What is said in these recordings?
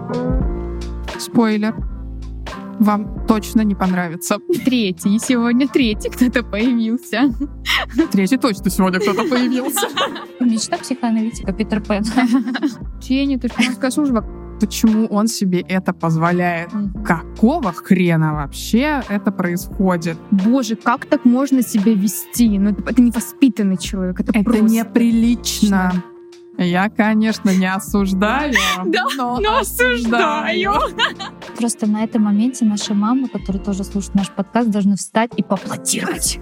Спойлер. Вам точно не понравится. Сегодня третий кто-то появился. Третий точно сегодня кто-то появился. Мечта психоаналитика Питер Пен. Тень, это шпионская служба. Почему он себе это позволяет? Какого хрена вообще это происходит? Боже, как так можно себя вести? Ну, это невоспитанный человек. Это просто неприлично. Я, конечно, не осуждаю, но осуждаю. Просто на этом моменте наши мамы, которые тоже слушают наш подкаст, должны встать и поаплодировать.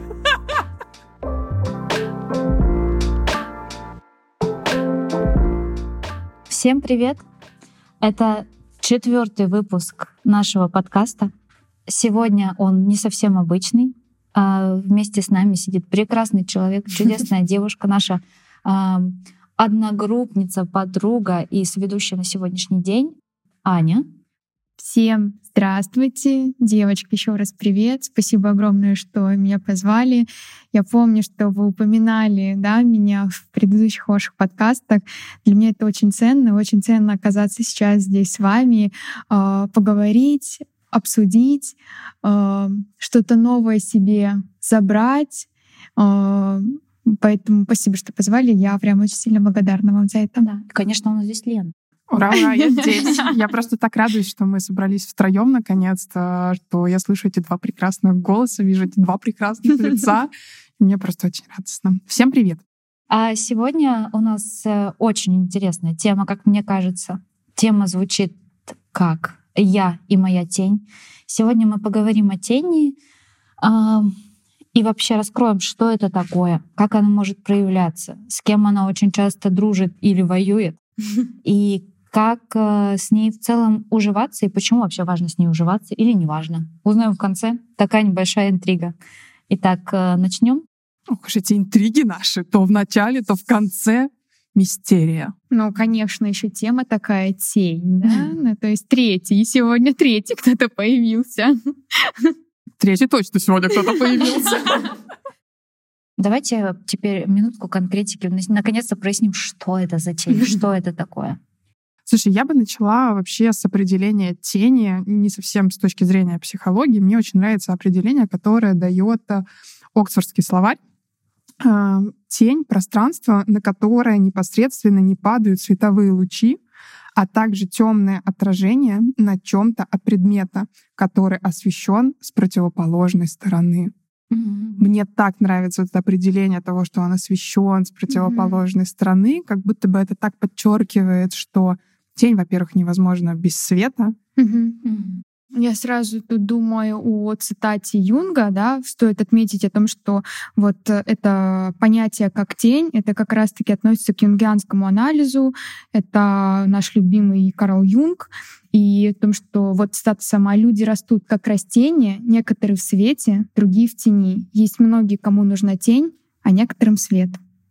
Всем привет! Это 4-й выпуск нашего подкаста. Сегодня он не совсем обычный. Вместе с нами сидит прекрасный человек, чудесная девушка, наша одногруппница, подруга и соведущая на сегодняшний день Аня. Всем здравствуйте, девочки, еще раз привет. Спасибо огромное, что меня позвали. Я помню, что вы упоминали, меня в предыдущих ваших подкастах. Для меня это очень ценно оказаться сейчас здесь с вами, поговорить, обсудить, что-то новое себе забрать. Поэтому спасибо, что позвали. Я прям очень сильно благодарна вам за это. Да, конечно, у нас здесь Лена. Ура, я здесь. Я просто так радуюсь, что мы собрались втроем наконец-то, что я слышу эти два прекрасных голоса, вижу эти два прекрасных лица. Мне просто очень радостно. Всем привет. А сегодня у нас очень интересная тема, как мне кажется. Тема звучит как «Я и моя тень». Сегодня мы поговорим о тени и вообще раскроем, что это такое, как она может проявляться, с кем она очень часто дружит или воюет, и как с ней в целом уживаться, и почему вообще важно с ней уживаться или не важно. Узнаем в конце. Такая небольшая интрига. Итак, начнем. Ох уж эти интриги наши. То в начале, то в конце. Мистерия. Ну, конечно, еще тема такая тень, да? Ну, то есть сегодня третий кто-то появился. Третий точно сегодня кто-то появился. Давайте теперь минутку конкретики. Наконец-то проясним, что это за тень, что это такое. Слушай, я бы начала вообще с определения тени, не совсем с точки зрения психологии. Мне очень нравится определение, которое дает Оксфордский словарь. Тень — пространство, на которое непосредственно не падают световые лучи, а также темное отражение на чем-то от предмета, который освещен с противоположной стороны. Мне так нравится это определение того, что он освещен с противоположной стороны, как будто бы это так подчеркивает, что тень, во-первых, невозможна без света. Я сразу тут думаю о цитате Юнга, стоит отметить о том, что вот это понятие как тень, это как раз-таки относится к юнгианскому анализу, это наш любимый Карл Юнг, и о том, что вот цитата сама: «Люди растут как растения, некоторые в свете, другие в тени. Есть многие, кому нужна тень, а некоторым свет».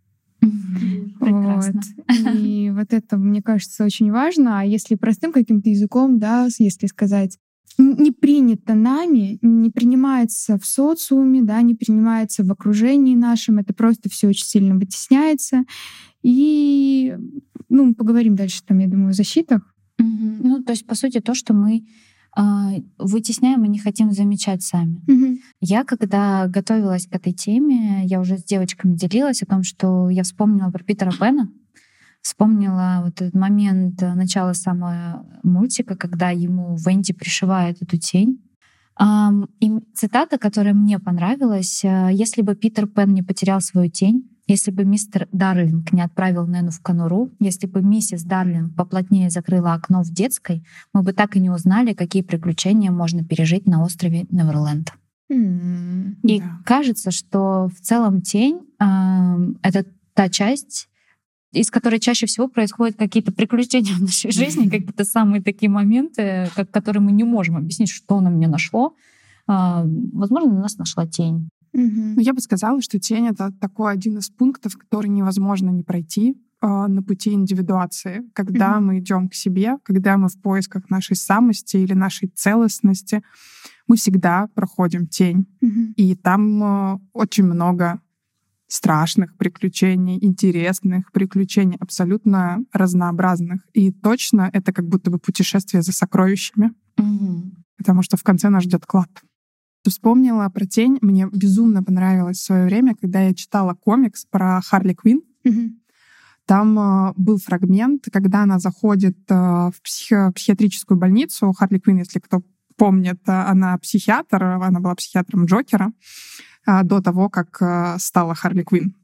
Прекрасно. Вот. И вот это, мне кажется, очень важно. А если простым каким-то языком, если сказать, не принято нами, не принимается в социуме, не принимается в окружении нашем, это просто все очень сильно вытесняется. И мы поговорим дальше, я думаю, о защитах. Ну, то есть, по сути, то, что мы вытесняем и не хотим замечать сами. Я, когда готовилась к этой теме, я уже с девочками делилась о том, что я вспомнила про Питера Пэна, вспомнила вот этот момент начала самого мультика, когда ему Венди пришивает эту тень. И цитата, которая мне понравилась: «Если бы Питер Пэн не потерял свою тень, если бы мистер Дарлинг не отправил Нэну в конуру, если бы миссис Дарлинг поплотнее закрыла окно в детской, мы бы так и не узнали, какие приключения можно пережить на острове Неверленд». И кажется, что в целом тень — это та часть, из которой чаще всего происходят какие-то приключения в нашей жизни, какие-то самые такие моменты, которые мы не можем объяснить, что на меня нашло. Возможно, на нас нашла тень. Я бы сказала, что тень — это такой один из пунктов, который невозможно не пройти на пути индивидуации. Когда мы идем к себе, когда мы в поисках нашей самости или нашей целостности, мы всегда проходим тень. И там очень много страшных приключений, интересных приключений, абсолютно разнообразных. И точно это как будто бы путешествие за сокровищами, потому что в конце нас ждет клад. Вспомнила про тень. Мне безумно понравилось в свое время, когда я читала комикс про Харли Квинн. Там был фрагмент, когда она заходит в психиатрическую больницу. Харли Квинн, если кто помнит, она психиатр, она была психиатром Джокера до того, как стала Харли Квинн.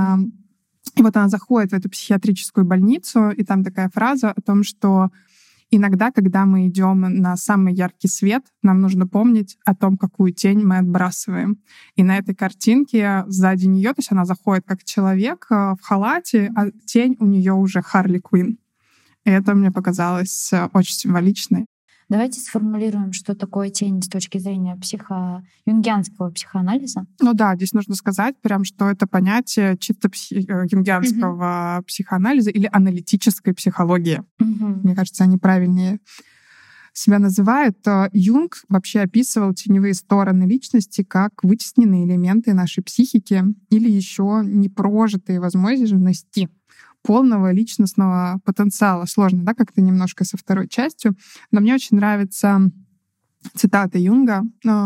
И вот она заходит в эту психиатрическую больницу, и там такая фраза о том, что иногда, когда мы идем на самый яркий свет, нам нужно помнить о том, какую тень мы отбрасываем. И на этой картинке сзади нее, то есть она заходит как человек в халате, а тень у нее уже Харли Квинн. И это мне показалось очень символичной. Давайте сформулируем, что такое тень с точки зрения юнгианского психоанализа. Ну да, здесь нужно сказать прям, что это понятие чисто юнгианского психоанализа или аналитической психологии. Мне кажется, они правильнее себя называют. Юнг вообще описывал теневые стороны личности как вытесненные элементы нашей психики или еще непрожитые возможности полного личностного потенциала. Сложно, да, как-то немножко со второй частью. Но мне очень нравится цитата Юнга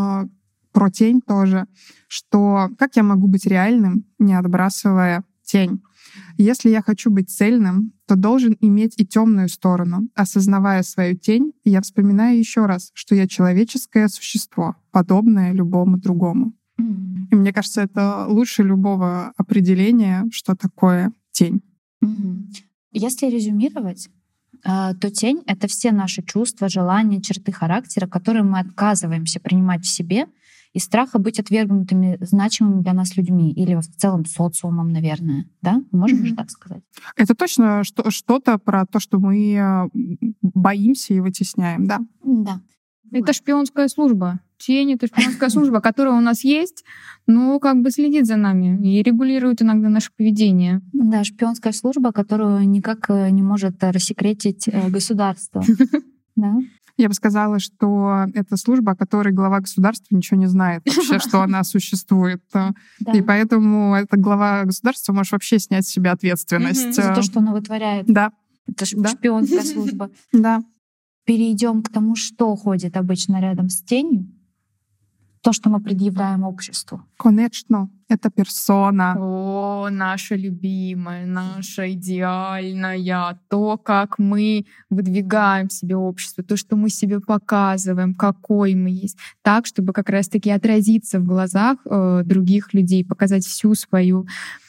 про тень тоже, что «как я могу быть реальным, не отбрасывая тень? Если я хочу быть цельным, то должен иметь и темную сторону. Осознавая свою тень, я вспоминаю еще раз, что я человеческое существо, подобное любому другому». И мне кажется, это лучше любого определения, что такое тень. Если резюмировать, то тень — это все наши чувства, желания, черты характера, которые мы отказываемся принимать в себе из страха быть отвергнутыми значимыми для нас людьми или в целом социумом, наверное. Да? Можем же так сказать? Это точно что-то про то, что мы боимся и вытесняем, да? Да. Это шпионская служба. Тень — это шпионская служба, которая у нас есть, но как бы следит за нами и регулирует иногда наше поведение. Да, шпионская служба, которую никак не может рассекретить государство. Да? Я бы сказала, что это служба, о которой глава государства ничего не знает вообще, что она существует. И поэтому эта глава государства может вообще снять с себя ответственность. За то, что она вытворяет. Да. Это шпионская служба. Да. Перейдем к тому, что ходит обычно рядом с тенью. То, что мы предъявляем обществу. Конечно, это персона. О, наша любимая, наша идеальная. То, как мы выдвигаем себе общество, то, что мы себе показываем, какой мы есть. Так, чтобы как раз-таки отразиться в глазах других людей, показать всю свою,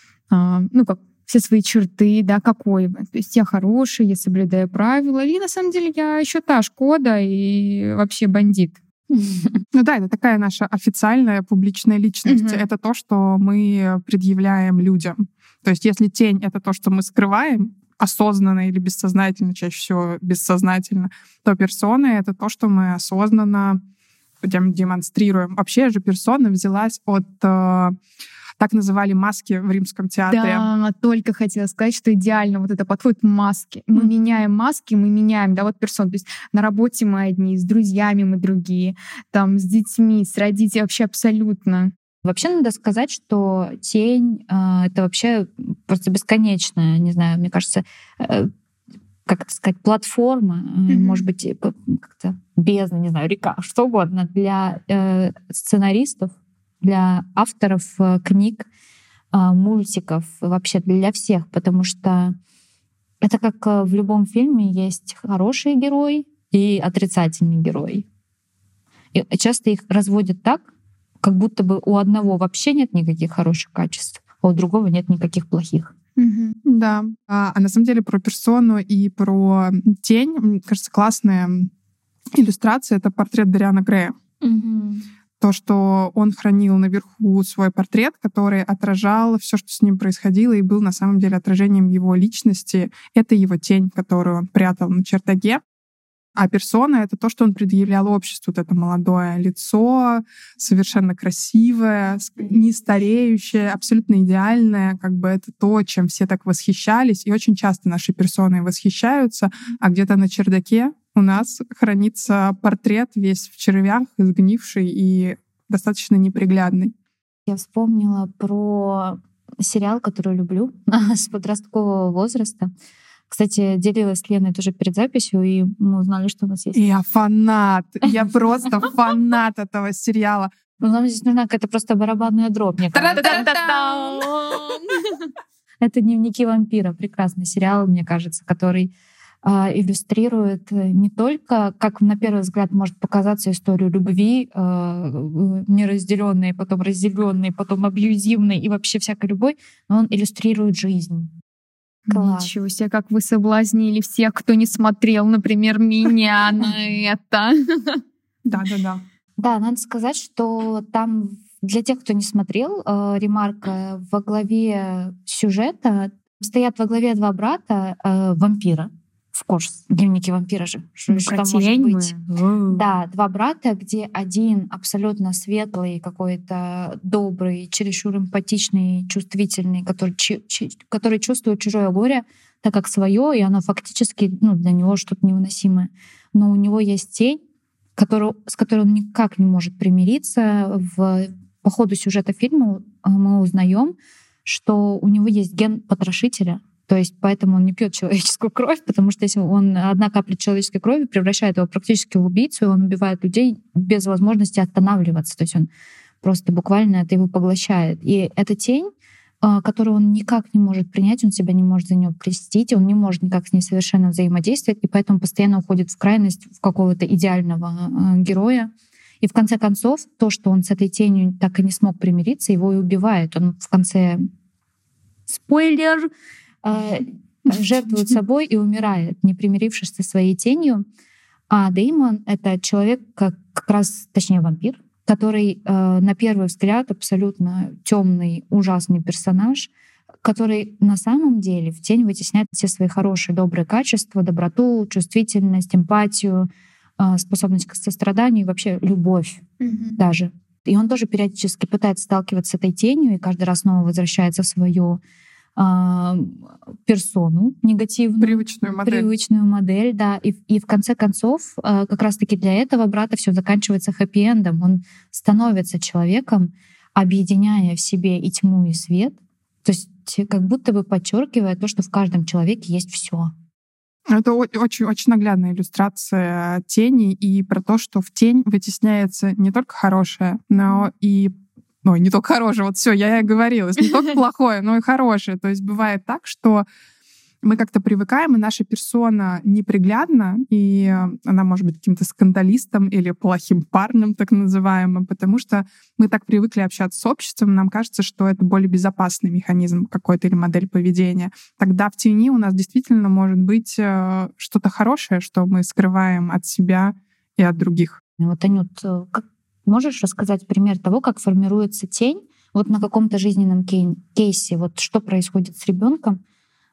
все свои черты, да, какой вы. То есть я хороший, я соблюдаю правила, или на самом деле я еще та Шкода и вообще бандит. Ну да, это такая наша официальная публичная личность. Это то, что мы предъявляем людям. То есть если тень — это то, что мы скрываем, осознанно или бессознательно, чаще всего бессознательно, то персона — это то, что мы осознанно демонстрируем. Вообще же персона взялась от... Так называли маски в Римском театре. Да, только хотела сказать, что идеально вот это подходит маски. Мы меняем маски, мы меняем, да, вот персон. То есть на работе мы одни, с друзьями мы другие, там, с детьми, с родителями, вообще абсолютно. Вообще надо сказать, что тень — это вообще просто бесконечная, не знаю, мне кажется, как это сказать, платформа, может быть, как-то бездна, не знаю, река, что угодно для сценаристов, для авторов книг, мультиков, вообще для всех, потому что это как в любом фильме есть хороший герой и отрицательный герой. И часто их разводят так, как будто бы у одного вообще нет никаких хороших качеств, а у другого нет никаких плохих. Да. А на самом деле про персону и про тень, мне кажется, классная иллюстрация — это портрет Дориана Грея. То, что он хранил наверху свой портрет, который отражал все, что с ним происходило, и был на самом деле отражением его личности. Это его тень, которую он прятал на чердаге. А персона — это то, что он предъявлял обществу. Вот это молодое лицо, совершенно красивое, не стареющее, абсолютно идеальное. Как бы это то, чем все так восхищались. И очень часто наши персоны восхищаются, а где-то на чердаке у нас хранится портрет весь в червях, сгнивший и достаточно неприглядный. Я вспомнила про сериал, который люблю с подросткового возраста. Кстати, делилась с Леной тоже перед записью, и мы узнали, что у нас есть. Я фанат. Я просто фанат этого сериала. Нам здесь нужна какая-то просто барабанная дробь, мне кажется. Это «Дневники вампира». Прекрасный сериал, мне кажется, который иллюстрирует не только, как на первый взгляд может показаться, историю любви, неразделенной, потом разделенной, потом абьюзивной и вообще всякой любой, но он иллюстрирует жизнь. Класс. Ничего себе, как вы соблазнили всех, кто не смотрел, например, меня на это. Да. Да, надо сказать, что там для тех, кто не смотрел, ремарка: во главе сюжета стоят во главе два брата вампира. В course, «Дневники вампира» же. Что там может быть? Да, два брата, где один абсолютно светлый, какой-то добрый, чересчур эмпатичный, чувствительный, который чувствует чужое горе, так как свое, и оно фактически для него что-то невыносимое. Но у него есть тень, с которой он никак не может примириться. По ходу сюжета фильма мы узнаем, что у него есть ген потрошителя. То есть поэтому он не пьет человеческую кровь, потому что если одна капля человеческой крови превращает его практически в убийцу, и он убивает людей без возможности останавливаться. То есть он просто буквально это его поглощает. И эта тень, которую он никак не может принять, он себя не может за нее простить, он не может никак с ней совершенно взаимодействовать, и поэтому постоянно уходит в крайность в какого-то идеального героя. И в конце концов, то, что он с этой тенью так и не смог примириться, его и убивает. Он в конце, спойлер, жертвует собой и умирает, не примирившись со своей тенью. А Дэймон — это человек, точнее вампир, который на первый взгляд абсолютно темный, ужасный персонаж, который на самом деле в тень вытесняет все свои хорошие, добрые качества, доброту, чувствительность, эмпатию, способность к состраданию и вообще любовь даже. И он тоже периодически пытается сталкиваться с этой тенью и каждый раз снова возвращается в свою персону негативную, привычную модель, да, и в конце концов как раз-таки для этого брата все заканчивается хэппи-эндом. Он становится человеком, объединяя в себе и тьму, и свет, то есть как будто бы подчеркивая то, что в каждом человеке есть все. Это очень наглядная иллюстрация тени и про то, что в тень вытесняется не только хорошее, но и не только хорошее, вот все, я и оговорилась, не только плохое, но и хорошее. То есть бывает так, что мы как-то привыкаем, и наша персона неприглядна, и она может быть каким-то скандалистом или плохим парнем, так называемым, потому что мы так привыкли общаться с обществом, нам кажется, что это более безопасный механизм какой-то или модель поведения. Тогда в тени у нас действительно может быть что-то хорошее, что мы скрываем от себя и от других. Вот, Анют, можешь рассказать пример того, как формируется тень вот на каком-то жизненном кейсе? Вот что происходит с ребенком?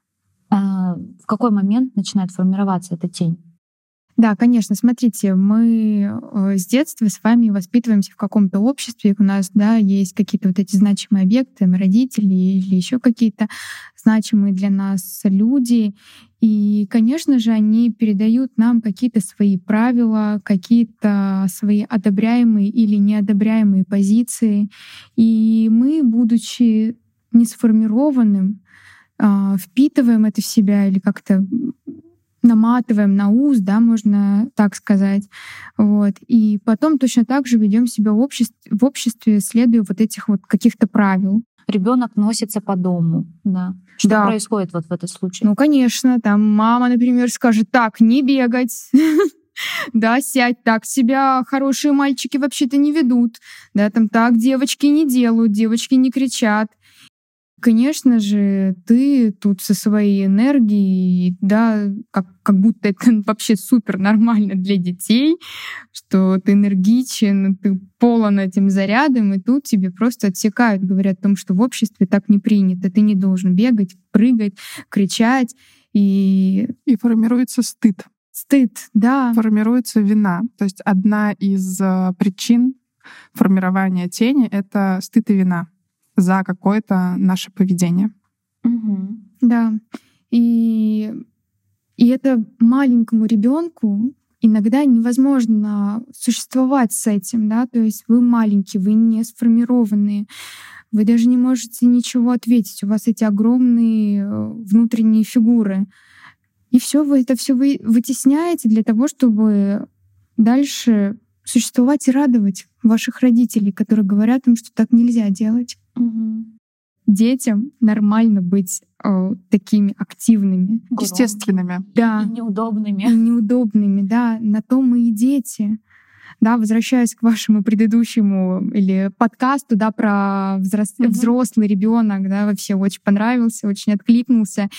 В какой момент начинает формироваться эта тень? Да, конечно. Смотрите, мы с детства с вами воспитываемся в каком-то обществе, у нас, да, есть какие-то вот эти значимые объекты, мы родители или еще какие-то значимые для нас люди. И, конечно же, они передают нам какие-то свои правила, какие-то свои одобряемые или неодобряемые позиции. И мы, будучи несформированным, впитываем это в себя или как-то наматываем на ус, да, можно так сказать. Вот. И потом точно так же ведем себя в обществе, следуя вот этих вот каких-то правил. Ребенок носится по дому, да. Что происходит вот в этом случае? Ну, конечно, там мама, например, скажет: так, не бегать. Да, сядь, так себя хорошие мальчики вообще-то не ведут. Да, там так девочки не делают, девочки не кричат. Конечно же, ты тут со своей энергией, да, как будто это вообще супер нормально для детей, что ты энергичен, ты полон этим зарядом, и тут тебе просто отсекают, говорят о том, что в обществе так не принято, ты не должен бегать, прыгать, кричать. И формируется стыд. Стыд, да. Формируется вина. То есть одна из причин формирования тени — это стыд и вина за какое-то наше поведение. Да. И это маленькому ребенку иногда невозможно существовать с этим, да, то есть вы маленькие, вы не сформированные, вы даже не можете ничего ответить. У вас эти огромные внутренние фигуры. И все, вы это все вытесняете для того, чтобы дальше существовать и радовать ваших родителей, которые говорят им, что так нельзя делать. Угу. Детям нормально быть такими активными. Естественными. Да. И неудобными. И неудобными, да. На то мы и дети. Да, возвращаясь к вашему предыдущему или подкасту, да, про взрослый ребенок, да, вообще очень понравился, очень откликнулся,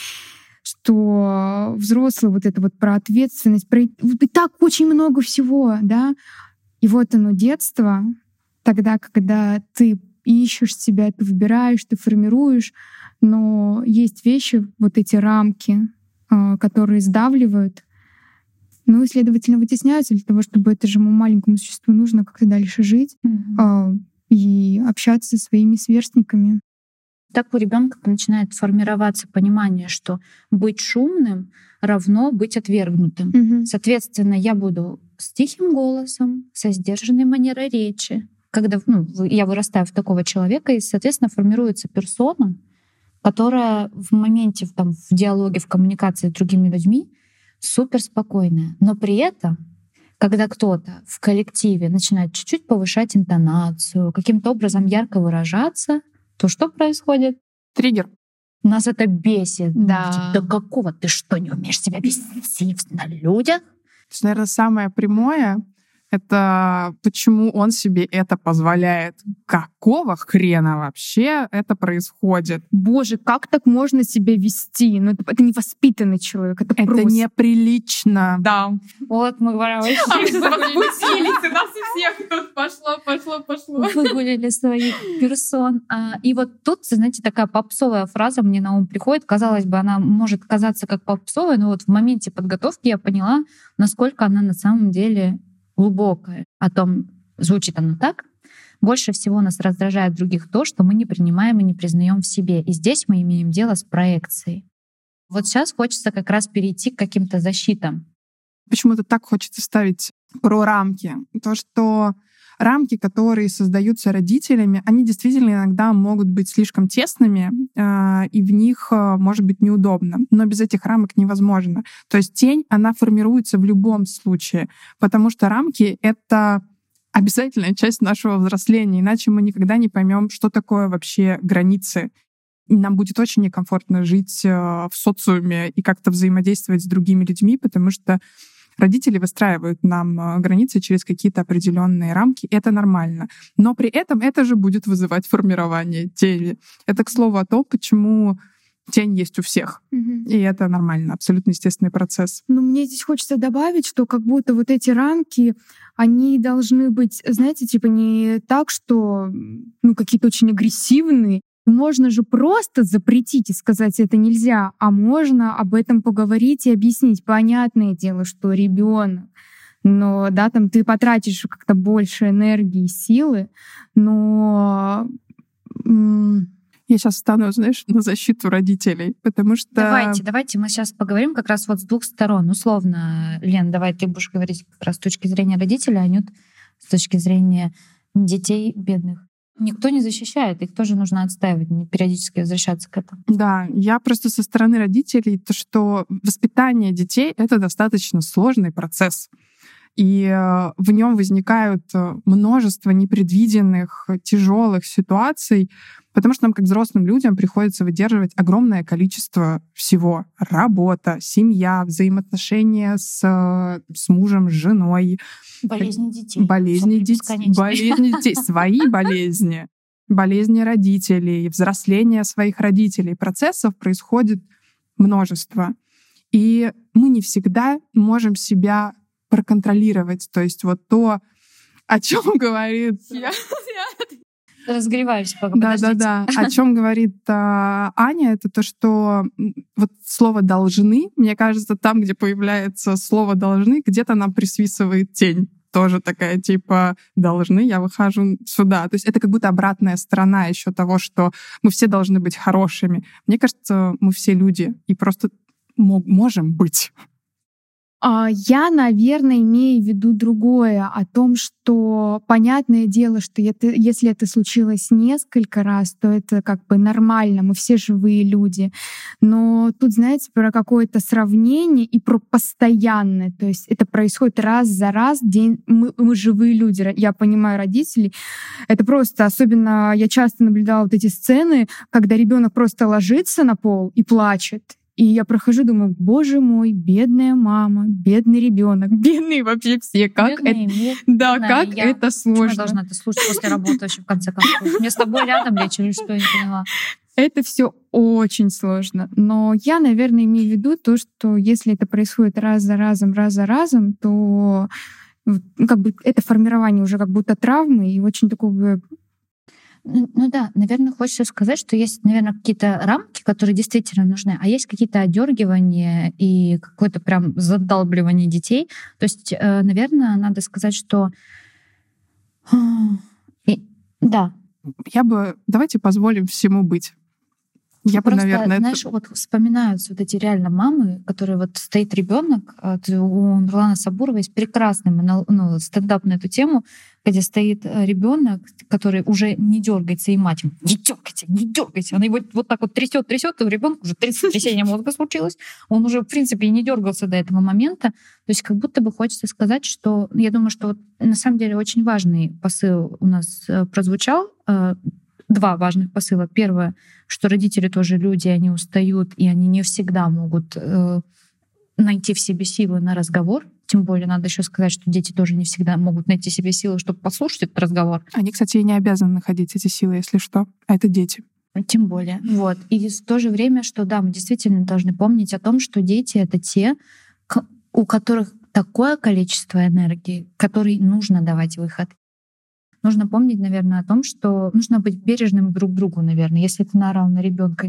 что взрослый вот это вот про ответственность, про и так очень много всего, да. И вот оно детство, тогда, когда ты ищешь себя, ты выбираешь, ты формируешь, но есть вещи, вот эти рамки, которые сдавливают, ну и, следовательно, вытесняются для того, чтобы этому маленькому существу нужно как-то дальше жить и общаться со своими сверстниками. Так у ребенка начинает формироваться понимание, что быть шумным равно быть отвергнутым. Соответственно, я буду с тихим голосом, со сдержанной манерой речи. Когда я вырастаю в такого человека, и, соответственно, формируется персона, которая в моменте в диалоге, в коммуникации с другими людьми суперспокойная. Но при этом, когда кто-то в коллективе начинает чуть-чуть повышать интонацию, каким-то образом ярко выражаться, то что происходит? Триггер. Нас это бесит. Да. Да какого? Ты что, не умеешь себя вести на людях? То есть, наверное, самое прямое — это почему он себе это позволяет. Какого хрена вообще это происходит? Боже, как так можно себя вести? Ну, это невоспитанный человек. Это просто неприлично. Да. Вот мы вообще Возбудились, у нас у всех тут пошло. выгуляли своих персон. И вот тут, знаете, такая попсовая фраза мне на ум приходит. Казалось бы, она может казаться как попсовая, но вот в моменте подготовки я поняла, насколько она на самом деле глубокое. О том, звучит оно так. Больше всего нас раздражает в других то, что мы не принимаем и не признаем в себе. И здесь мы имеем дело с проекцией. Вот сейчас хочется как раз перейти к каким-то защитам. Почему-то так хочется ставить про рамки. То, что рамки, которые создаются родителями, они действительно иногда могут быть слишком тесными, и в них может быть неудобно. Но без этих рамок невозможно. То есть тень, она формируется в любом случае, потому что рамки — это обязательная часть нашего взросления, иначе мы никогда не поймем, что такое вообще границы. И нам будет очень некомфортно жить в социуме и как-то взаимодействовать с другими людьми, потому что родители выстраивают нам границы через какие-то определенные рамки. Это нормально. Но при этом это же будет вызывать формирование тени. Это, к слову, о том, почему тень есть у всех. И это нормально, абсолютно естественный процесс. Ну, мне здесь хочется добавить, что как будто вот эти рамки, они должны быть, знаете, типа не так, что какие-то очень агрессивные. Можно же просто запретить и сказать, это нельзя, а можно об этом поговорить и объяснить. Понятное дело, что ребенок, но да, там ты потратишь как-то больше энергии и силы, но я сейчас встану, знаешь, на защиту родителей, потому что... Давайте мы сейчас поговорим как раз вот с двух сторон. Условно, Лен, давай ты будешь говорить как раз с точки зрения родителя, а Анют с точки зрения детей бедных. Никто не защищает, их тоже нужно отстаивать, периодически возвращаться к этому. Да, я просто со стороны родителей, то, что воспитание детей — это достаточно сложный процесс. И в нем возникают множество непредвиденных, тяжелых ситуаций, потому что нам, как взрослым людям, приходится выдерживать огромное количество всего. Работа, семья, взаимоотношения с мужем, с женой. Болезни детей. Болезни детей. Свои болезни. Болезни родителей, взросление своих родителей. Процессов происходит множество. И мы не всегда можем себя проконтролировать. То есть вот то, о чем говорит... Разгреваюсь, Да. О чем говорит Аня, это то, что вот слово «должны», мне кажется, там, где появляется слово «должны», где-то нам присвистывает тень. Тоже такая типа «должны, я выхожу сюда». То есть это как будто обратная сторона еще того, что мы все должны быть хорошими. Мне кажется, мы все люди и просто можем быть. Я, наверное, имею в виду другое, о том, что понятное дело, что если это случилось несколько раз, то это как бы нормально, мы все живые люди. Но тут, знаете, про какое-то сравнение и про постоянное. То есть это происходит раз за раз, мы живые люди. Я понимаю родителей. Это просто, особенно я часто наблюдала вот эти сцены, когда ребенок просто ложится на пол и плачет. И я прохожу, думаю, боже мой, бедная мама, бедный ребенок, бедные вообще все. Как это сложно. Я должна это слушать после работы вообще в конце концов. Мне с тобой рядом лечь или что, я не поняла. Это все очень сложно. Но я, наверное, имею в виду то, что если это происходит раз за разом, то как бы это формирование уже как будто травмы и очень такого... Ну да, наверное, хочется сказать, что есть, наверное, какие-то рамки, которые действительно нужны, а есть какие-то одергивания и какое-то прям задалбливание детей. То есть, наверное, надо сказать, что да. Давайте позволим всему быть. Я просто, наверное, знаешь, вот вспоминаются вот эти реально мамы, которые вот стоит ребенок. У Нурлана Сабурова есть прекрасный стендап на эту тему, где стоит ребенок, который уже не дергается, и мать ему: не дергайте. Она его вот так вот трясет, и у ребенка уже трясение мозга случилось. Он уже, в принципе, и не дергался до этого момента. То есть как будто бы хочется сказать, что я думаю, что вот, на самом деле очень важный посыл у нас прозвучал. Два важных посыла. Первое, что родители тоже люди, они устают, и они не всегда могут найти в себе силы на разговор. Тем более надо еще сказать, что дети тоже не всегда могут найти в себе силы, чтобы послушать этот разговор. Они, кстати, и не обязаны находить эти силы, если что. А это дети. Тем более. Вот. И в то же время, что да, мы действительно должны помнить о том, что дети — это те, у которых такое количество энергии, которой нужно давать выход. Нужно помнить, наверное, о том, что нужно быть бережным друг к другу, наверное. Если ты наорал на ребенка,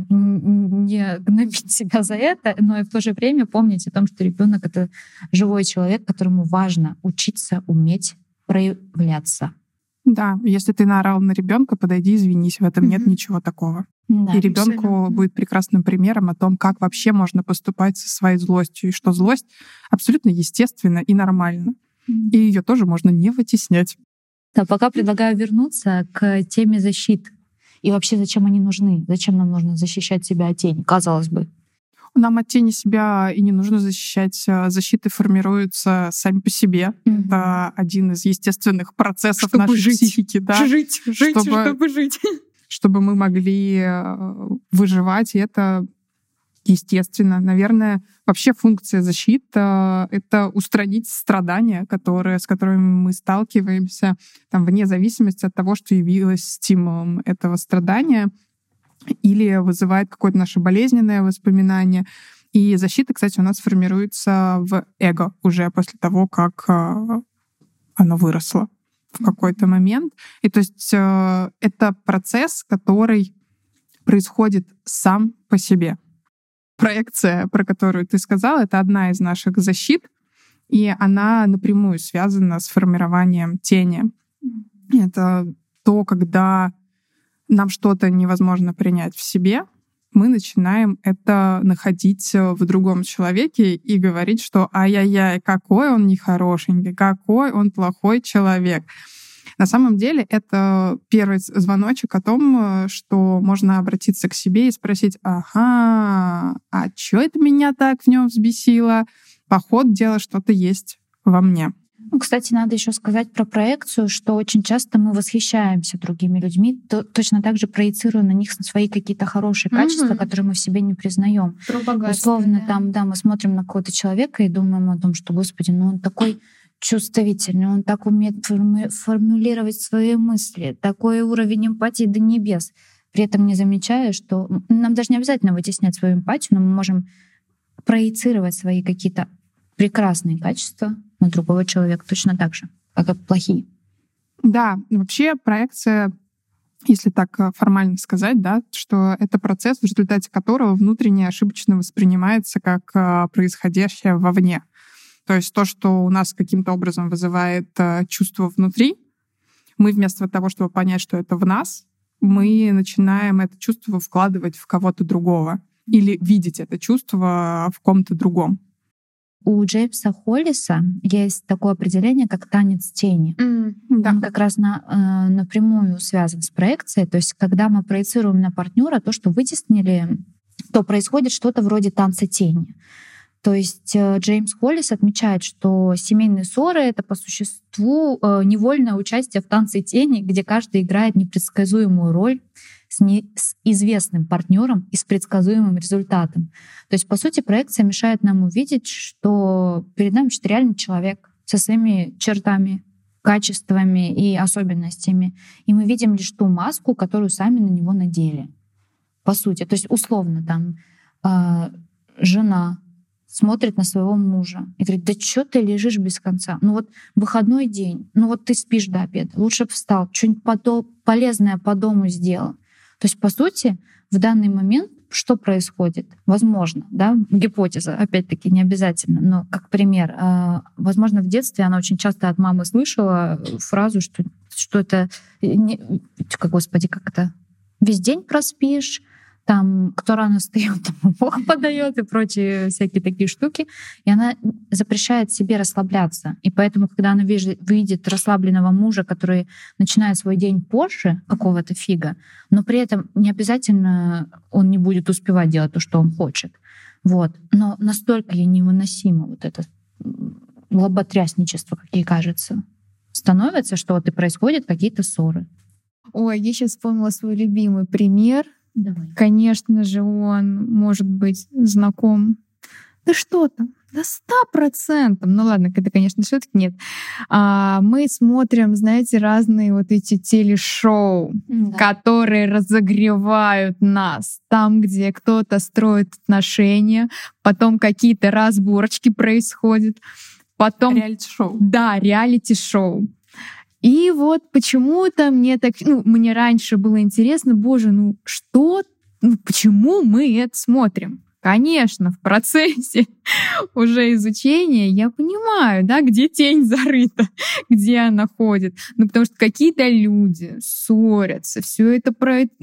не гнобить себя за это, но и в то же время помнить о том, что ребенок — это живой человек, которому важно учиться уметь проявляться. Да, если ты наорал на ребенка, подойди, извинись, в этом нет ничего такого. Да, и ребенку будет прекрасным примером о том, как вообще можно поступать со своей злостью, и что злость абсолютно естественна и нормальна. И ее тоже можно не вытеснять. Да, пока предлагаю вернуться к теме защит. И вообще, зачем они нужны? Зачем нам нужно защищать себя от тени, казалось бы? Нам от тени себя и не нужно защищать. Защиты формируются сами по себе. Это один из естественных процессов чтобы нашей жить. психики. Да? Жить, чтобы жить. Чтобы мы могли выживать. И это естественно. Наверное, вообще функция защиты — это устранить страдания, с которыми мы сталкиваемся, вне зависимости от того, что явилось стимулом этого страдания или вызывает какое-то наше болезненное воспоминание. И защита, кстати, у нас формируется в эго уже после того, как оно выросло в какой-то момент. И то есть это процесс, который происходит сам по себе. Проекция, про которую ты сказала, это одна из наших защит, и она напрямую связана с формированием тени. Это то, когда нам что-то невозможно принять в себе, мы начинаем это находить в другом человеке и говорить, что ай-яй-яй, какой он нехорошенький, какой он плохой человек. На самом деле это первый звоночек о том, что можно обратиться к себе и спросить: ага, а что это меня так в нем взбесило? Поход, дело что-то есть во мне. Кстати, надо еще сказать про проекцию, что очень часто мы восхищаемся другими людьми, точно так же проецируя на них свои какие-то хорошие качества, которые мы в себе не признаем. Условно, мы смотрим на какого-то человека и думаем о том, что, господи, он такой чувствительный, он так умеет формулировать свои мысли, такой уровень эмпатии до небес. При этом не замечая, что нам даже не обязательно вытеснять свою эмпатию, но мы можем проецировать свои какие-то прекрасные качества на другого человека точно так же, как и плохие. Да, вообще проекция, если так формально сказать, да, что это процесс, в результате которого внутренне ошибочно воспринимается как происходящее вовне. То есть то, что у нас каким-то образом вызывает чувство внутри, мы вместо того, чтобы понять, что это в нас, мы начинаем это чувство вкладывать в кого-то другого или видеть это чувство в ком-то другом. У Джеймса Холлиса есть такое определение, как танец тени. Да. Он как раз напрямую связан с проекцией. То есть, когда мы проецируем на партнера то, что вытеснили, то происходит что-то вроде танца тени. То есть Джеймс Холлис отмечает, что семейные ссоры — это по существу невольное участие в танце тени, где каждый играет непредсказуемую роль с известным партнером и с предсказуемым результатом. То есть, по сути, проекция мешает нам увидеть, что перед нами реальный человек со своими чертами, качествами и особенностями. И мы видим лишь ту маску, которую сами на него надели. По сути. То есть, условно, там жена смотрит на своего мужа и говорит: да что ты лежишь без конца? Ну вот выходной день, ну вот ты спишь до обеда, лучше бы встал, что-нибудь полезное по дому сделал. То есть, по сути, в данный момент что происходит? Возможно, да, гипотеза, опять-таки, не обязательно, но как пример. Возможно, в детстве она очень часто от мамы слышала фразу, что это, господи, как это, весь день проспишь, там, кто рано встаёт, тому Бог подает и прочие всякие такие штуки. И она запрещает себе расслабляться. И поэтому, когда она видит расслабленного мужа, который начинает свой день позже какого-то фига, но при этом не обязательно он не будет успевать делать то, что он хочет. Вот. Но настолько ей невыносимо вот это лоботрясничество, как ей кажется, становится, что вот и происходят какие-то ссоры. Ой, я сейчас вспомнила свой любимый пример. Давай. Конечно же, он может быть знаком. Да что там? Да 100%. Ну ладно, это, конечно, все-таки нет. Мы смотрим, знаете, разные вот эти телешоу, которые разогревают нас. Там, где кто-то строит отношения, потом какие-то разборочки происходят. Потом... Реалити-шоу. Да, реалити-шоу. И вот почему-то мне раньше было интересно, боже, почему мы это смотрим? Конечно, в процессе уже изучения я понимаю, да, где тень зарыта, где она ходит. Потому что какие-то люди ссорятся, все это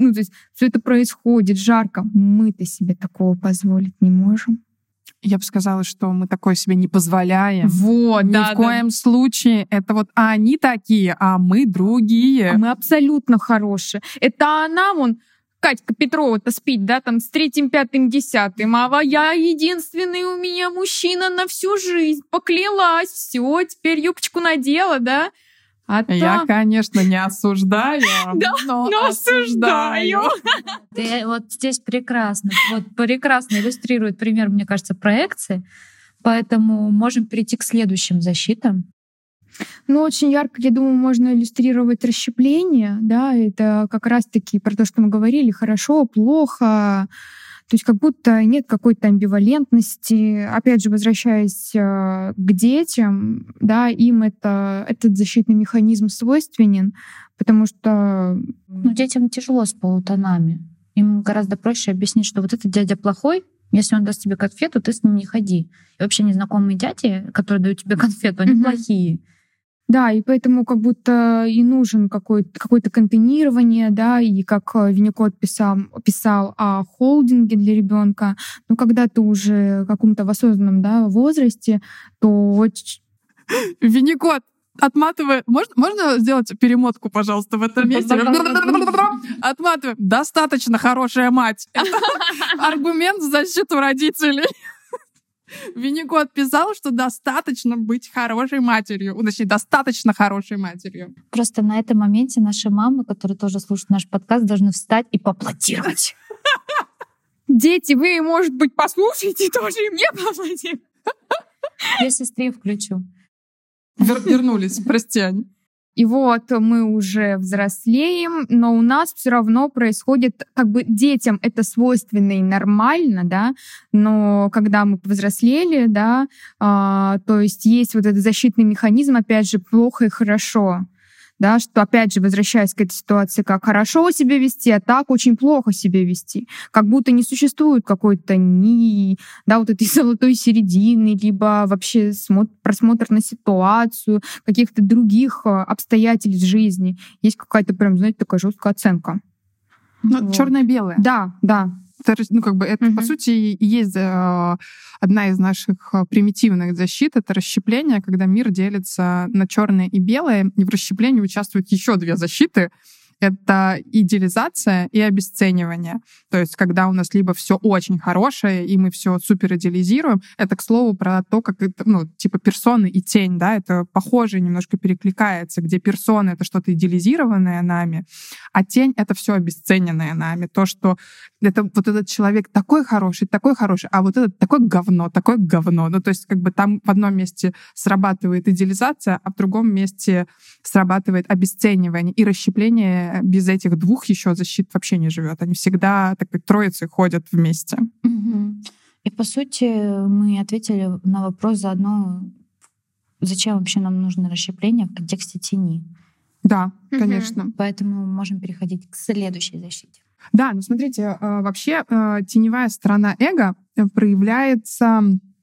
происходит жарко. Мы-то себе такого позволить не можем. Я бы сказала, что мы такое себе не позволяем. Вот, Ни в коем случае. Это вот они такие, а мы другие. А мы абсолютно хорошие. Это она, Катька Петрова-то спит, да, там с 3-м, 5-м, 10-м, а я единственный у меня мужчина на всю жизнь. Поклялась, все, теперь юбочку надела, да? Я, конечно, не осуждаю, но осуждаю. Вот здесь прекрасно иллюстрирует пример, мне кажется, проекции. Поэтому можем перейти к следующим защитам. Очень ярко, я думаю, можно иллюстрировать расщепление. Да, это как раз-таки про то, что мы говорили: хорошо, плохо. То есть как будто нет какой-то амбивалентности. Опять же, возвращаясь к детям, да, им этот защитный механизм свойственен, потому что... Детям тяжело с полутонами. Им гораздо проще объяснить, что вот этот дядя плохой, если он даст тебе конфету, ты с ним не ходи. И вообще незнакомые дяди, которые дают тебе конфету, они плохие. Да, и поэтому как будто и нужен какое-то контейнирование, да, и как Винникот писал о холдинге для ребенка. Но когда ты уже в каком-то в осознанном, да, возрасте, то... Винникот, отматывай. Можно сделать перемотку, пожалуйста, в этом месте? Отматывай. Достаточно хорошая мать. Аргумент в защиту родителей. Винникот писал, что достаточно быть хорошей матерью. Точнее, достаточно хорошей матерью. Просто на этом моменте наши мамы, которые тоже слушают наш подкаст, должны встать и поаплодировать. Дети, вы, может быть, послушайте тоже и мне поаплодируйте. Я сестре включу. Вернулись, прости, Ань. И вот мы уже взрослеем, но у нас все равно происходит, как бы детям это свойственно и нормально, да, но когда мы повзрослели, да, то есть есть вот этот защитный механизм, опять же, плохо и хорошо. Да, что, опять же, возвращаясь к этой ситуации, как хорошо себя вести, а так очень плохо себя вести. Как будто не существует какой-то вот этой золотой середины, либо вообще просмотр на ситуацию, каких-то других обстоятельств жизни. Есть какая-то прям, знаете, такая жесткая оценка. Вот. Черно-белое. Да. Это, по сути, и есть одна из наших примитивных защит — это расщепление, когда мир делится на черное и белое, и в расщеплении участвуют еще две защиты. Это идеализация и обесценивание. То есть, когда у нас либо все очень хорошее, и мы все супер идеализируем, это, к слову, про то, как это, персоны и тень, да, это похоже, немножко перекликается, где персоны — это что-то идеализированное нами, а тень — это все обесцененное нами. То, что это вот этот человек такой хороший, а вот этот такое говно. То есть, там в одном месте срабатывает идеализация, а в другом месте срабатывает обесценивание и расщепление. Без этих двух еще защит вообще не живет. Они всегда такой троицей ходят вместе. И по сути мы ответили на вопрос заодно, зачем вообще нам нужно расщепление в контексте тени. Да, конечно. Поэтому можем переходить к следующей защите. Да, смотрите, вообще теневая сторона эго проявляется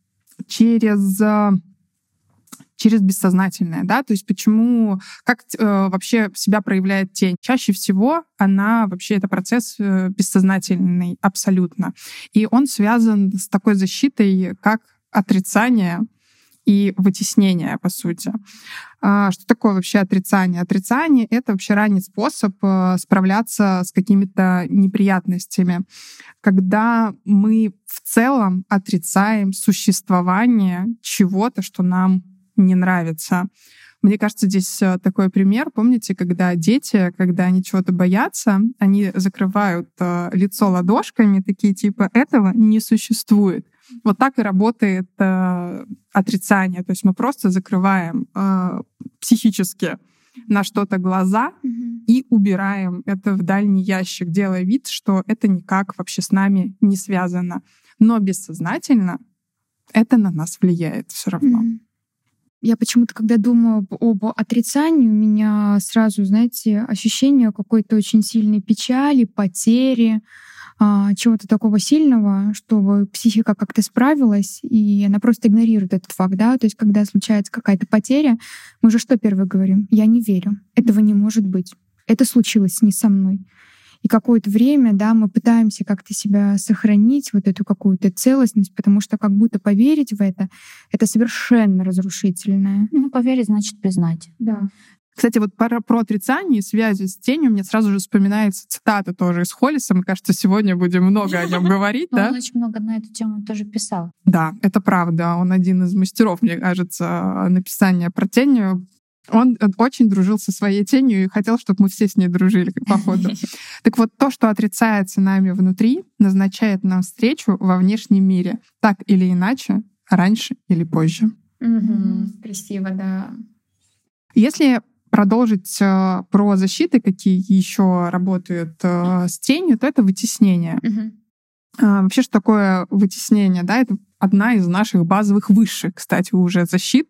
через бессознательное, да, то есть как вообще себя проявляет тень? Чаще всего это процесс бессознательный абсолютно. И он связан с такой защитой, как отрицание и вытеснение, по сути. Что такое вообще отрицание? Отрицание — это вообще ранний способ справляться с какими-то неприятностями, когда мы в целом отрицаем существование чего-то, что нам не нравится. Мне кажется, здесь такой пример. Помните, когда они чего-то боятся, они закрывают лицо ладошками, такие типа «этого не существует». Вот так и работает отрицание. То есть мы просто закрываем психически на что-то глаза и убираем это в дальний ящик, делая вид, что это никак вообще с нами не связано. Но бессознательно это на нас влияет все равно. Я почему-то, когда думаю об отрицании, у меня сразу, знаете, ощущение какой-то очень сильной печали, потери, чего-то такого сильного, чтобы психика как-то справилась, и она просто игнорирует этот факт, да. То есть, когда случается какая-то потеря, мы же что первое говорим? Я не верю. Этого не может быть. Это случилось не со мной. И какое-то время, да, мы пытаемся как-то себя сохранить, вот эту какую-то целостность, потому что как будто поверить в это совершенно разрушительное. Поверить значит признать. Да. Кстати, вот про отрицание и связи с тенью мне сразу же вспоминается цитата тоже из Холлиса. Мы, кажется, сегодня будем много о нем говорить, да? Он очень много на эту тему тоже писал. Да, это правда. Он один из мастеров, мне кажется, написания про тень. Он очень дружил со своей тенью и хотел, чтобы мы все с ней дружили, походу. Так вот, то, что отрицается нами внутри, назначает нам встречу во внешнем мире. Так или иначе, раньше или позже. Красиво, да. Если продолжить про защиты, какие еще работают с тенью, то это вытеснение. Вообще, что такое вытеснение? Да, это одна из наших базовых высших, кстати, уже защит,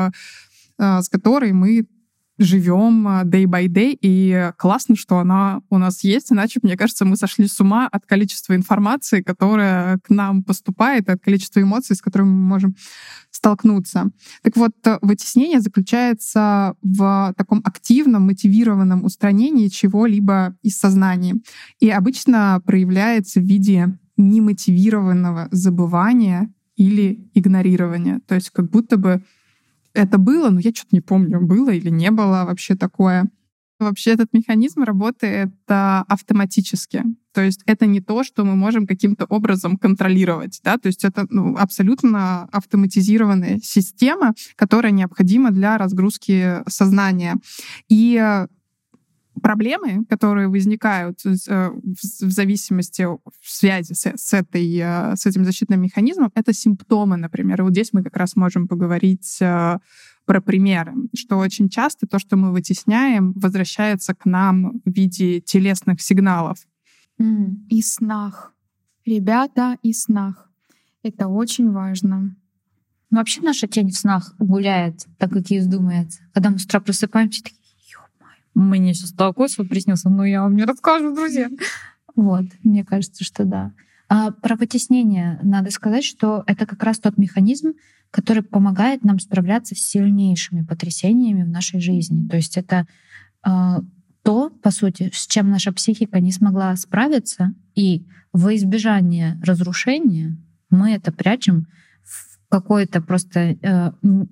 с которой мы живем day by day, и классно, что она у нас есть, иначе, мне кажется, мы сошли с ума от количества информации, которая к нам поступает, от количества эмоций, с которыми мы можем столкнуться. Так вот, вытеснение заключается в таком активном, мотивированном устранении чего-либо из сознания. И обычно проявляется в виде немотивированного забывания или игнорирования. То есть как будто бы это было, но я что-то не помню, было или не было вообще такое. Вообще этот механизм работает автоматически. То есть это не то, что мы можем каким-то образом контролировать. Да? То есть это абсолютно автоматизированная система, которая необходима для разгрузки сознания. И проблемы, которые возникают в зависимости в связи с этим защитным механизмом, это симптомы, например. И вот здесь мы как раз можем поговорить про примеры, что очень часто то, что мы вытесняем, возвращается к нам в виде телесных сигналов. И снах. Ребята, и снах. Это очень важно. Вообще наша тень в снах гуляет, так как ей вздумается. Когда мы с утра просыпаемся, такие: мне сейчас такой сон приснился, но я вам не расскажу, друзья. Вот, мне кажется, что да. А про вытеснение надо сказать, что это как раз тот механизм, который помогает нам справляться с сильнейшими потрясениями в нашей жизни. То есть это то, по сути, с чем наша психика не смогла справиться, и во избежание разрушения мы это прячем в какой-то просто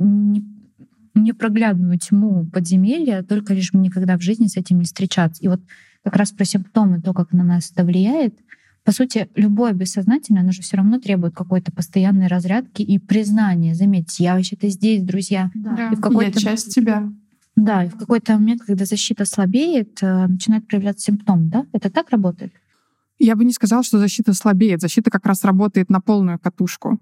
непроглядную тьму подземелья, только лишь бы никогда в жизни с этим не встречаться. И вот как раз про симптомы, то, как на нас это влияет, по сути, любое бессознательное, оно же все равно требует какой-то постоянной разрядки и признания. Заметьте, я вообще-то здесь, друзья. Да. И в какой-то... Я часть тебя. Да, и в какой-то момент, когда защита слабеет, начинают проявляться симптомы, да? Это так работает? Я бы не сказала, что защита слабеет. Защита как раз работает на полную катушку.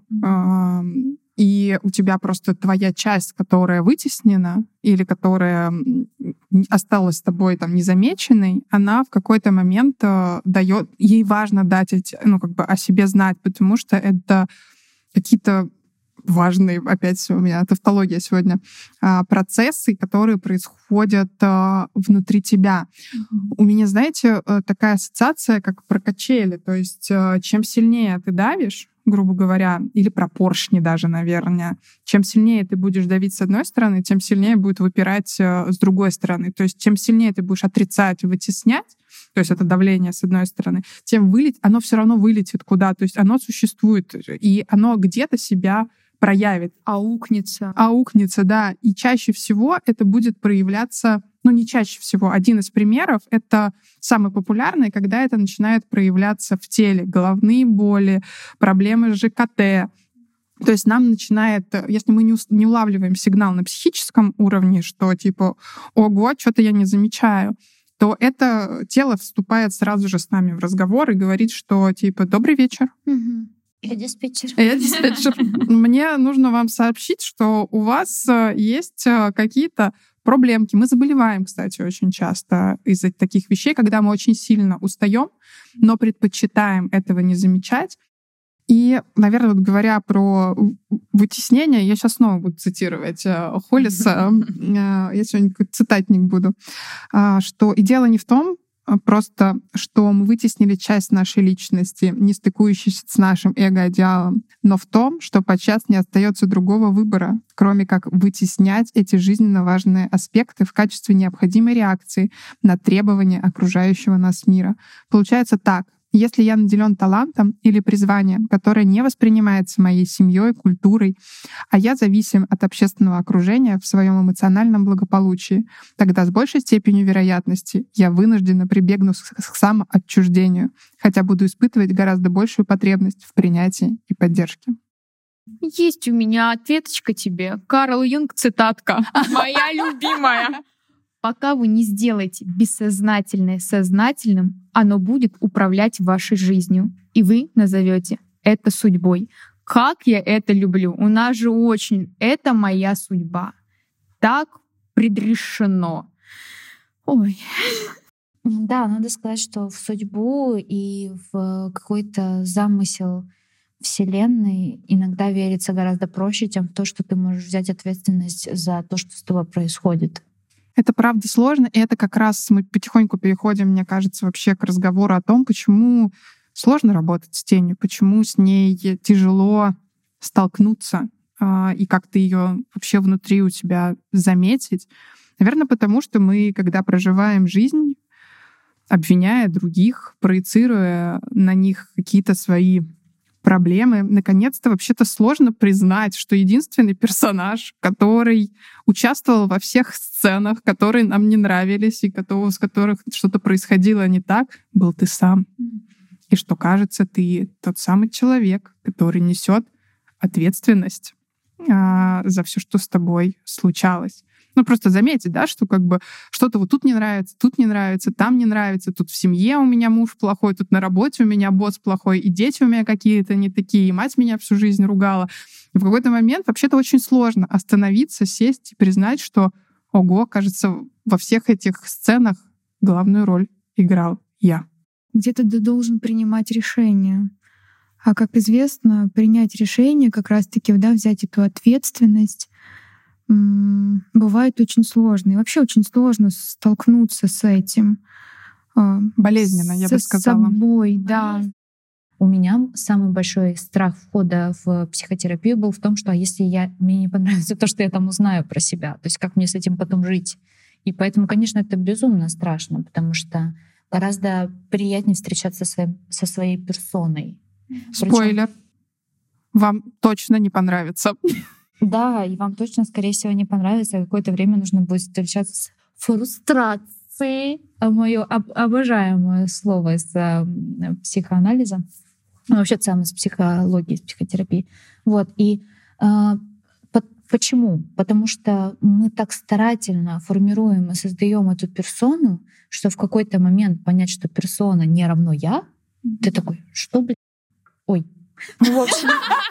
И у тебя просто твоя часть, которая вытеснена или которая осталась с тобой там незамеченной, она в какой-то момент дает, ей важно дать эти, о себе знать, потому что это какие-то важные, опять у меня тавтология сегодня, процессы, которые происходят внутри тебя. У меня, знаете, такая ассоциация, как про качели. То есть чем сильнее ты давишь, грубо говоря, или про поршни даже, наверное, чем сильнее ты будешь давить с одной стороны, тем сильнее будет выпирать с другой стороны. То есть чем сильнее ты будешь отрицать, вытеснять, то есть это давление с одной стороны, тем оно все равно вылетит куда-то. То есть оно существует, и оно где-то себя проявит. Аукнется, да. И чаще всего это будет проявляться, не чаще всего. Один из примеров — это самый популярный, когда это начинает проявляться в теле. Головные боли, проблемы с ЖКТ. То есть нам начинает, если мы не улавливаем сигнал на психическом уровне, что типа «Ого, что-то я не замечаю», то это тело вступает сразу же с нами в разговор и говорит, что типа «Добрый вечер». Я диспетчер. Мне нужно вам сообщить, что у вас есть какие-то проблемки. Мы заболеваем, кстати, очень часто из-за таких вещей, когда мы очень сильно устаем, но предпочитаем этого не замечать. И, наверное, говоря про вытеснение, я сейчас снова буду цитировать Холлиса, я сегодня какой-то цитатник буду, что и дело не в том, просто, что мы вытеснили часть нашей личности, не стыкующейся с нашим эго-идеалом, но в том, что подчас не остается другого выбора, кроме как вытеснять эти жизненно важные аспекты в качестве необходимой реакции на требования окружающего нас мира. Получается так. Если я наделен талантом или призванием, которое не воспринимается моей семьей, культурой, а я зависим от общественного окружения в своем эмоциональном благополучии, тогда с большей степенью вероятности я вынуждена прибегну к самоотчуждению, хотя буду испытывать гораздо большую потребность в принятии и поддержке. Есть у меня ответочка тебе. Карл Юнг, цитатка. Моя любимая. Пока вы не сделаете бессознательное сознательным, оно будет управлять вашей жизнью, и вы назовете это судьбой. Как я это люблю! У нас же очень «это моя судьба». Так предрешено. Ой. Да, надо сказать, что в судьбу и в какой-то замысел Вселенной иногда верится гораздо проще, чем в то, что ты можешь взять ответственность за то, что с тобой происходит. Это правда сложно, и это как раз мы потихоньку переходим, мне кажется, вообще к разговору о том, почему сложно работать с тенью, почему с ней тяжело столкнуться и как-то ее вообще внутри у себя заметить. Наверное, потому что мы, когда проживаем жизнь, обвиняя других, проецируя на них какие-то свои проблемы, наконец-то вообще-то сложно признать, что единственный персонаж, который участвовал во всех сценах, которые нам не нравились и с которых что-то происходило не так, был ты сам. И что, кажется, ты тот самый человек, который несет ответственность за все, что с тобой случалось. Просто заметить, да, что что-то вот тут не нравится, там не нравится, тут в семье у меня муж плохой, тут на работе у меня босс плохой, и дети у меня какие-то не такие, и мать меня всю жизнь ругала. И в какой-то момент вообще-то очень сложно остановиться, сесть и признать, что, ого, кажется, во всех этих сценах главную роль играл я. Где-то ты должен принимать решение. А как известно, принять решение, как раз-таки взять эту ответственность, бывает очень сложно. И вообще очень сложно столкнуться с этим. Болезненно, я бы сказала. С собой, да. У меня самый большой страх входа в психотерапию был в том, что если мне не понравится то, что я там узнаю про себя, то есть как мне с этим потом жить. И поэтому, конечно, это безумно страшно, потому что гораздо приятнее встречаться со своей персоной. Спойлер. Вам точно не понравится. Да, и вам точно, скорее всего, не понравится. Какое-то время нужно будет встречаться с фрустрацией. Мое обожаемое слово из психоанализа. Вообще, сам из психологии, из психотерапии. Вот. И почему? Потому что мы так старательно формируем и создаем эту персону, что в какой-то момент понять, что персона не равно я, ты такой, что, блин? Ой. Ну, в общем...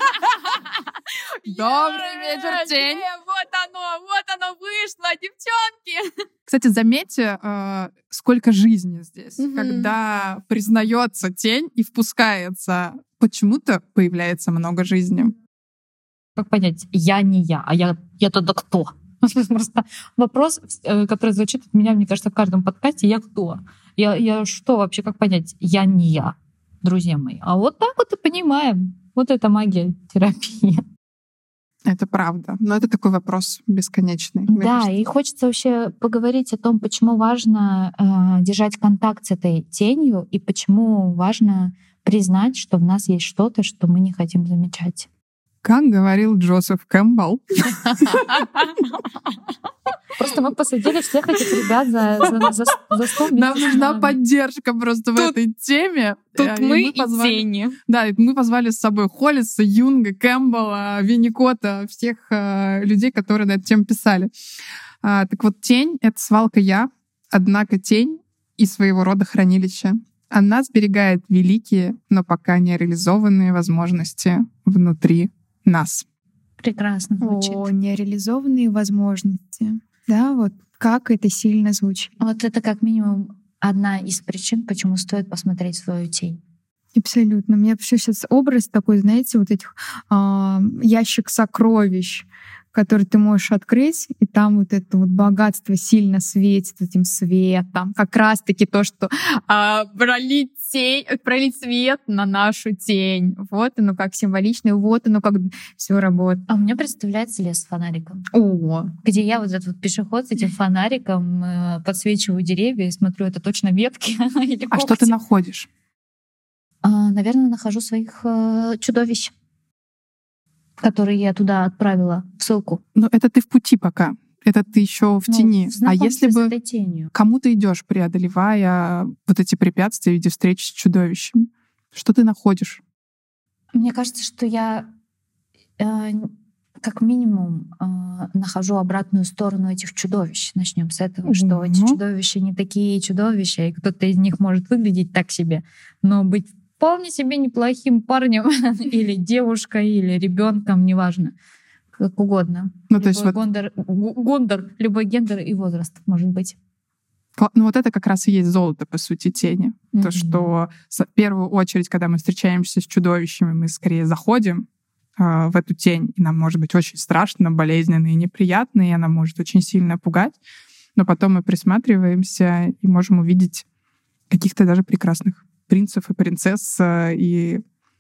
Добрый вечер, тень. Вот оно вышло, девчонки. Кстати, заметьте, сколько жизни здесь. Когда признается тень и впускается, почему-то появляется много жизни. Как понять, я не я, а я тогда кто? Просто вопрос, который звучит от меня, мне кажется, в каждом подкасте: я кто? Я что вообще, как понять, я не я, друзья мои? А вот так вот и понимаем. Вот это магия терапии. Это правда. Но это такой вопрос бесконечный. Да, и хочется вообще поговорить о том, почему важно держать контакт с этой тенью и почему важно признать, что в нас есть что-то, что мы не хотим замечать. Как говорил Джозеф Кэмпбелл. Просто мы посадили всех этих ребят за стол. Нам нужна поддержка просто в этой теме. Тут мы и тени. Да, мы позвали с собой Холлиса, Юнга, Кэмпбелла, Винникота, всех людей, которые на эту тему писали. Так вот, тень — это свалка «я», однако тень и своего рода хранилище. Она сберегает великие, но пока не реализованные возможности внутри нас. Прекрасно звучит. О, нереализованные возможности. Да, вот как это сильно звучит. Вот это как минимум одна из причин, почему стоит посмотреть свою тень. Абсолютно. У меня вообще сейчас образ такой, знаете, вот этих ящик сокровищ, который ты можешь открыть, и там вот это вот богатство сильно светит этим светом. Как раз-таки то, что пролить свет на нашу тень. Вот оно как символично, и вот оно как все работает. А у меня представляется лес с фонариком. О, где я вот этот вот пешеход с этим фонариком подсвечиваю деревья и смотрю, это точно ветки или когти. А что ты находишь? Наверное, нахожу своих чудовищ, которые я туда отправила в ссылку. Но это ты в пути пока. Это ты еще в тени. А если бы кому ты идешь, преодолевая вот эти препятствия в виде встречи с чудовищами? Что ты находишь? Мне кажется, что я как минимум нахожу обратную сторону этих чудовищ. Начнем с этого, что эти чудовища не такие чудовища, и кто-то из них может выглядеть так себе, но быть вполне себе неплохим парнем или девушкой, или ребенком, неважно, как угодно. Ну, то есть Гондор, любой гендер и возраст может быть. Ну вот это как раз и есть золото, по сути, тени. То, что в первую очередь, когда мы встречаемся с чудовищами, мы скорее заходим в эту тень, и нам может быть очень страшно, болезненно и неприятно, и она может очень сильно пугать. Но потом мы присматриваемся и можем увидеть каких-то даже прекрасных принцев и принцесс и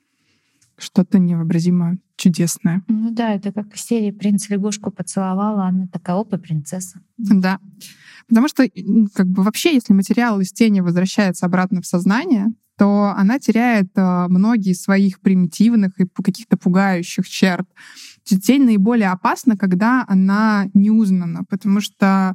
что-то невообразимо чудесное. Ну да, это как в серии «Принц лягушку поцеловал», а она такая: опа, принцесса. Да. Потому что как бы вообще, если материал из тени возвращается обратно в сознание, то она теряет многие своих примитивных и каких-то пугающих черт. Тень наиболее опасна, когда она неузнана, потому что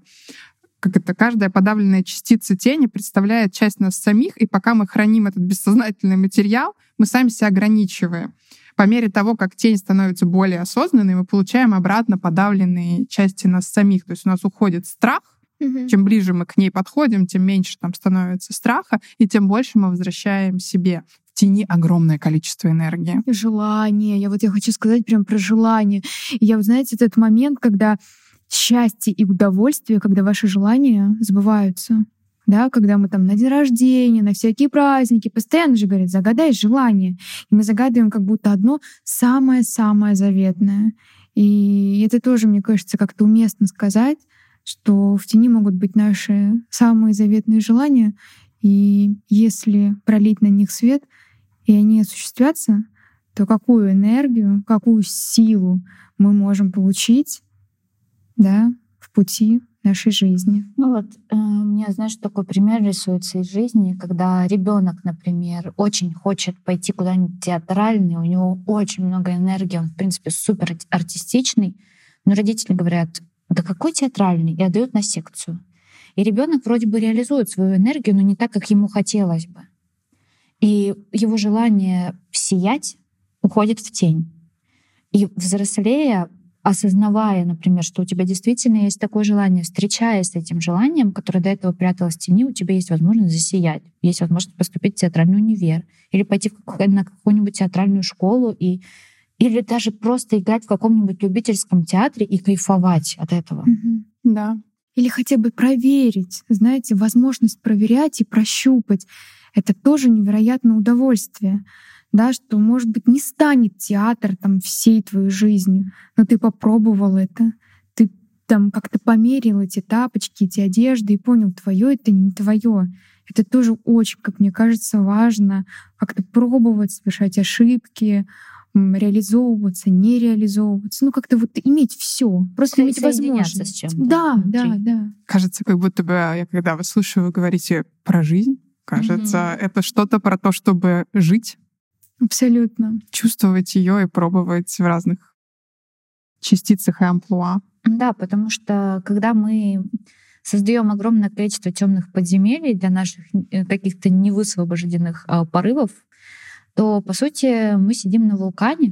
каждая подавленная частица тени представляет часть нас самих, и пока мы храним этот бессознательный материал, мы сами себя ограничиваем. По мере того, как тень становится более осознанной, мы получаем обратно подавленные части нас самих. То есть у нас уходит страх. Чем ближе мы к ней подходим, тем меньше там становится страха, и тем больше мы возвращаем себе. В тени огромное количество энергии. Желание. Я хочу сказать прям про желание. И я, знаете, этот момент, когда счастье и удовольствие, когда ваши желания сбываются. Да, когда мы там на день рождения, на всякие праздники, постоянно же говорят: загадай желание. И мы загадываем как будто одно самое-самое заветное. И это тоже, мне кажется, как-то уместно сказать, что в тени могут быть наши самые заветные желания. И если пролить на них свет, и они осуществятся, то какую энергию, какую силу мы можем получить, да, в пути нашей жизни. Ну вот, мне, знаешь, такой пример рисуется из жизни, когда ребенок, например, очень хочет пойти куда-нибудь театральный, у него очень много энергии, он, в принципе, супер артистичный, но родители говорят: да какой театральный, и отдают на секцию. И ребенок вроде бы реализует свою энергию, но не так, как ему хотелось бы. И его желание сиять уходит в тень. И взрослея, осознавая, например, что у тебя действительно есть такое желание, встречаясь с этим желанием, которое до этого пряталось в тени, у тебя есть возможность засиять, есть возможность поступить в театральный универ или пойти на какую-нибудь театральную школу, или даже просто играть в каком-нибудь любительском театре и кайфовать от этого. Да. Или хотя бы проверить, знаете, возможность проверять и прощупать. Это тоже невероятное удовольствие. Да, что, может быть, не станет театр там всей твоей жизнью, но ты попробовал это, ты там как-то померил эти тапочки, эти одежды и понял, твое это не твое. Это тоже очень, как мне кажется, важно как-то пробовать, совершать ошибки, реализовываться, не реализовываться, ну как-то вот иметь все, просто иметь возможность. С чем-то да. Кажется, как будто бы я когда вас слушаю, вы говорите про жизнь, кажется, это что-то про то, чтобы жить. Абсолютно. Чувствовать ее и пробовать в разных частицах и амплуа. Да, потому что когда мы создаем огромное количество темных подземелий для наших каких-то невысвобожденных порывов, то, по сути, мы сидим на вулкане,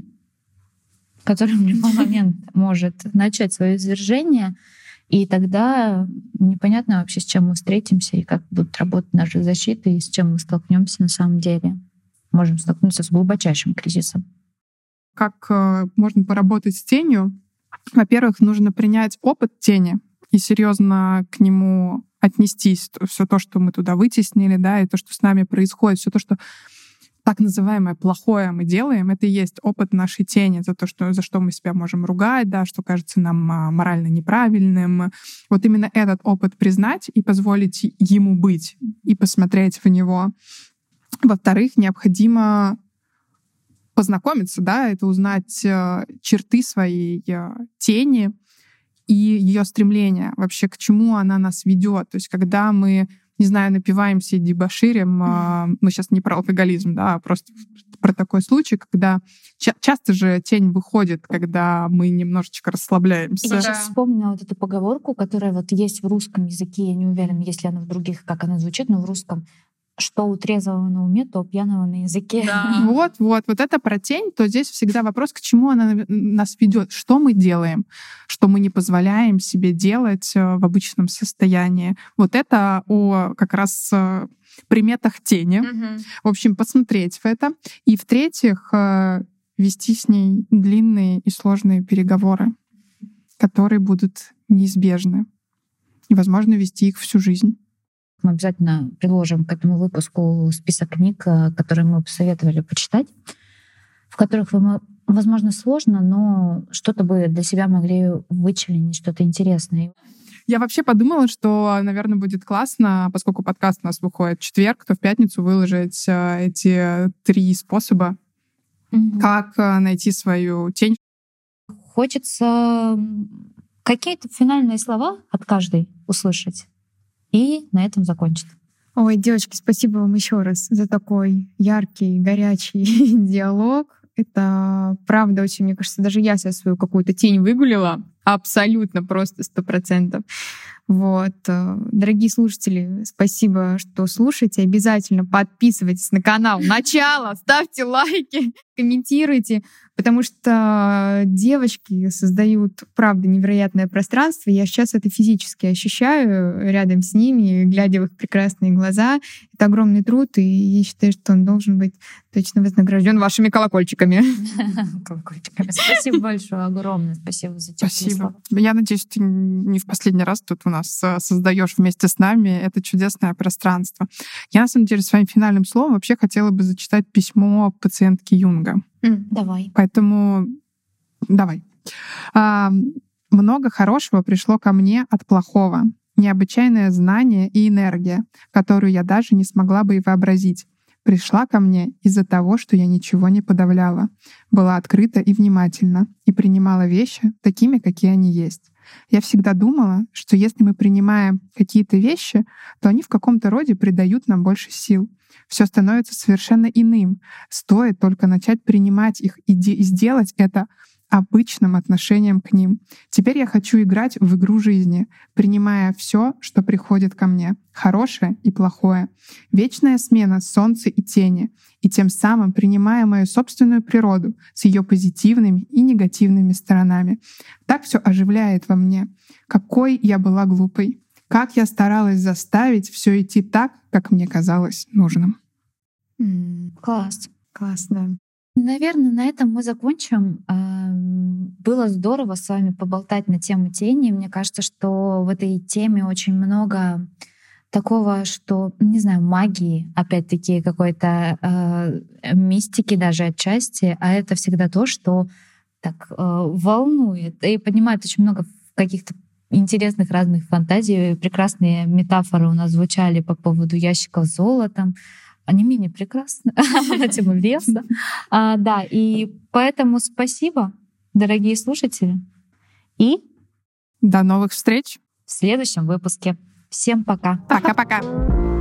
который в любой момент может начать свое извержение, и тогда непонятно вообще, с чем мы встретимся и как будут работать наши защиты, и с чем мы столкнемся на самом деле. Можем столкнуться с глубочайшим кризисом. Как можно поработать с тенью? Во-первых, нужно принять опыт тени и серьезно к нему отнестись. Все то, что мы туда вытеснили, да, и то, что с нами происходит, все то, что так называемое плохое мы делаем, это и есть опыт нашей тени, за что мы себя можем ругать, да, что кажется нам морально неправильным. Вот именно этот опыт признать и позволить ему быть, и посмотреть в него. Во-вторых, необходимо познакомиться, да, это узнать черты своей тени и ее стремления, вообще к чему она нас ведет. То есть когда мы, не знаю, напиваемся и дебоширим, мы сейчас не про алкоголизм, да, а просто про такой случай, когда часто же тень выходит, когда мы немножечко расслабляемся. Я сейчас вспомнила вот эту поговорку, которая вот есть в русском языке, я не уверена, если она в других, как она звучит, но в русском: что у трезвого на уме, то у пьяного на языке. Да. Вот это про тень, то здесь всегда вопрос, к чему она нас ведет, что мы делаем, что мы не позволяем себе делать в обычном состоянии. Вот это как раз приметах тени. В общем, посмотреть в это. И в-третьих, вести с ней длинные и сложные переговоры, которые будут неизбежны. И, возможно, вести их всю жизнь. Мы обязательно приложим к этому выпуску список книг, которые мы посоветовали почитать, в которых вам, возможно, сложно, но что-то бы для себя могли вычленить, что-то интересное. Я вообще подумала, что, наверное, будет классно, поскольку подкаст у нас выходит в четверг, то в пятницу выложить эти 3 способа, как найти свою тень. Хочется какие-то финальные слова от каждой услышать. И на этом закончить. Ой, девочки, спасибо вам еще раз за такой яркий, горячий диалог. Это правда очень, мне кажется, даже я сейчас свою какую-то тень выгулила. Абсолютно, просто 100%. Вот. Дорогие слушатели, спасибо, что слушаете. Обязательно подписывайтесь на канал «Начало», ставьте лайки, комментируйте, потому что девочки создают, правда, невероятное пространство. Я сейчас это физически ощущаю рядом с ними, глядя в их прекрасные глаза. Это огромный труд, и я считаю, что он должен быть точно вознагражден вашими колокольчиками. Колокольчиками. Спасибо большое, огромное спасибо за теплые слова. Я надеюсь, ты не в последний раз тут у нас создаешь вместе с нами это чудесное пространство. Я, на самом деле, своим финальным словом вообще хотела бы зачитать письмо пациентки Юнга. Давай. Поэтому давай. Много хорошего пришло ко мне от плохого. Необычайное знание и энергия, которую я даже не смогла бы и вообразить, пришла ко мне из-за того, что я ничего не подавляла, была открыта и внимательна и принимала вещи такими, какие они есть. Я всегда думала, что если мы принимаем какие-то вещи, то они в каком-то роде придают нам больше сил. Все становится совершенно иным. Стоит только начать принимать их и сделать это обычным отношением к ним. Теперь я хочу играть в игру жизни, принимая все, что приходит ко мне, хорошее и плохое. Вечная смена солнца и тени, и тем самым принимая мою собственную природу с ее позитивными и негативными сторонами. Так все оживляет во мне. Какой я была глупой. Как я старалась заставить все идти так, как мне казалось нужным. Класс. Классно. Наверное, на этом мы закончим. Было здорово с вами поболтать на тему тени. Мне кажется, что в этой теме очень много такого, что, не знаю, магии, опять-таки какой-то мистики даже отчасти, а это всегда то, что так волнует и поднимает очень много каких-то интересных разных фантазий. Прекрасные метафоры у нас звучали по поводу ящиков с золотом. Они менее прекрасны на тему веса. Да, и поэтому спасибо, дорогие слушатели. И до новых встреч в следующем выпуске. Всем пока. Пока-пока.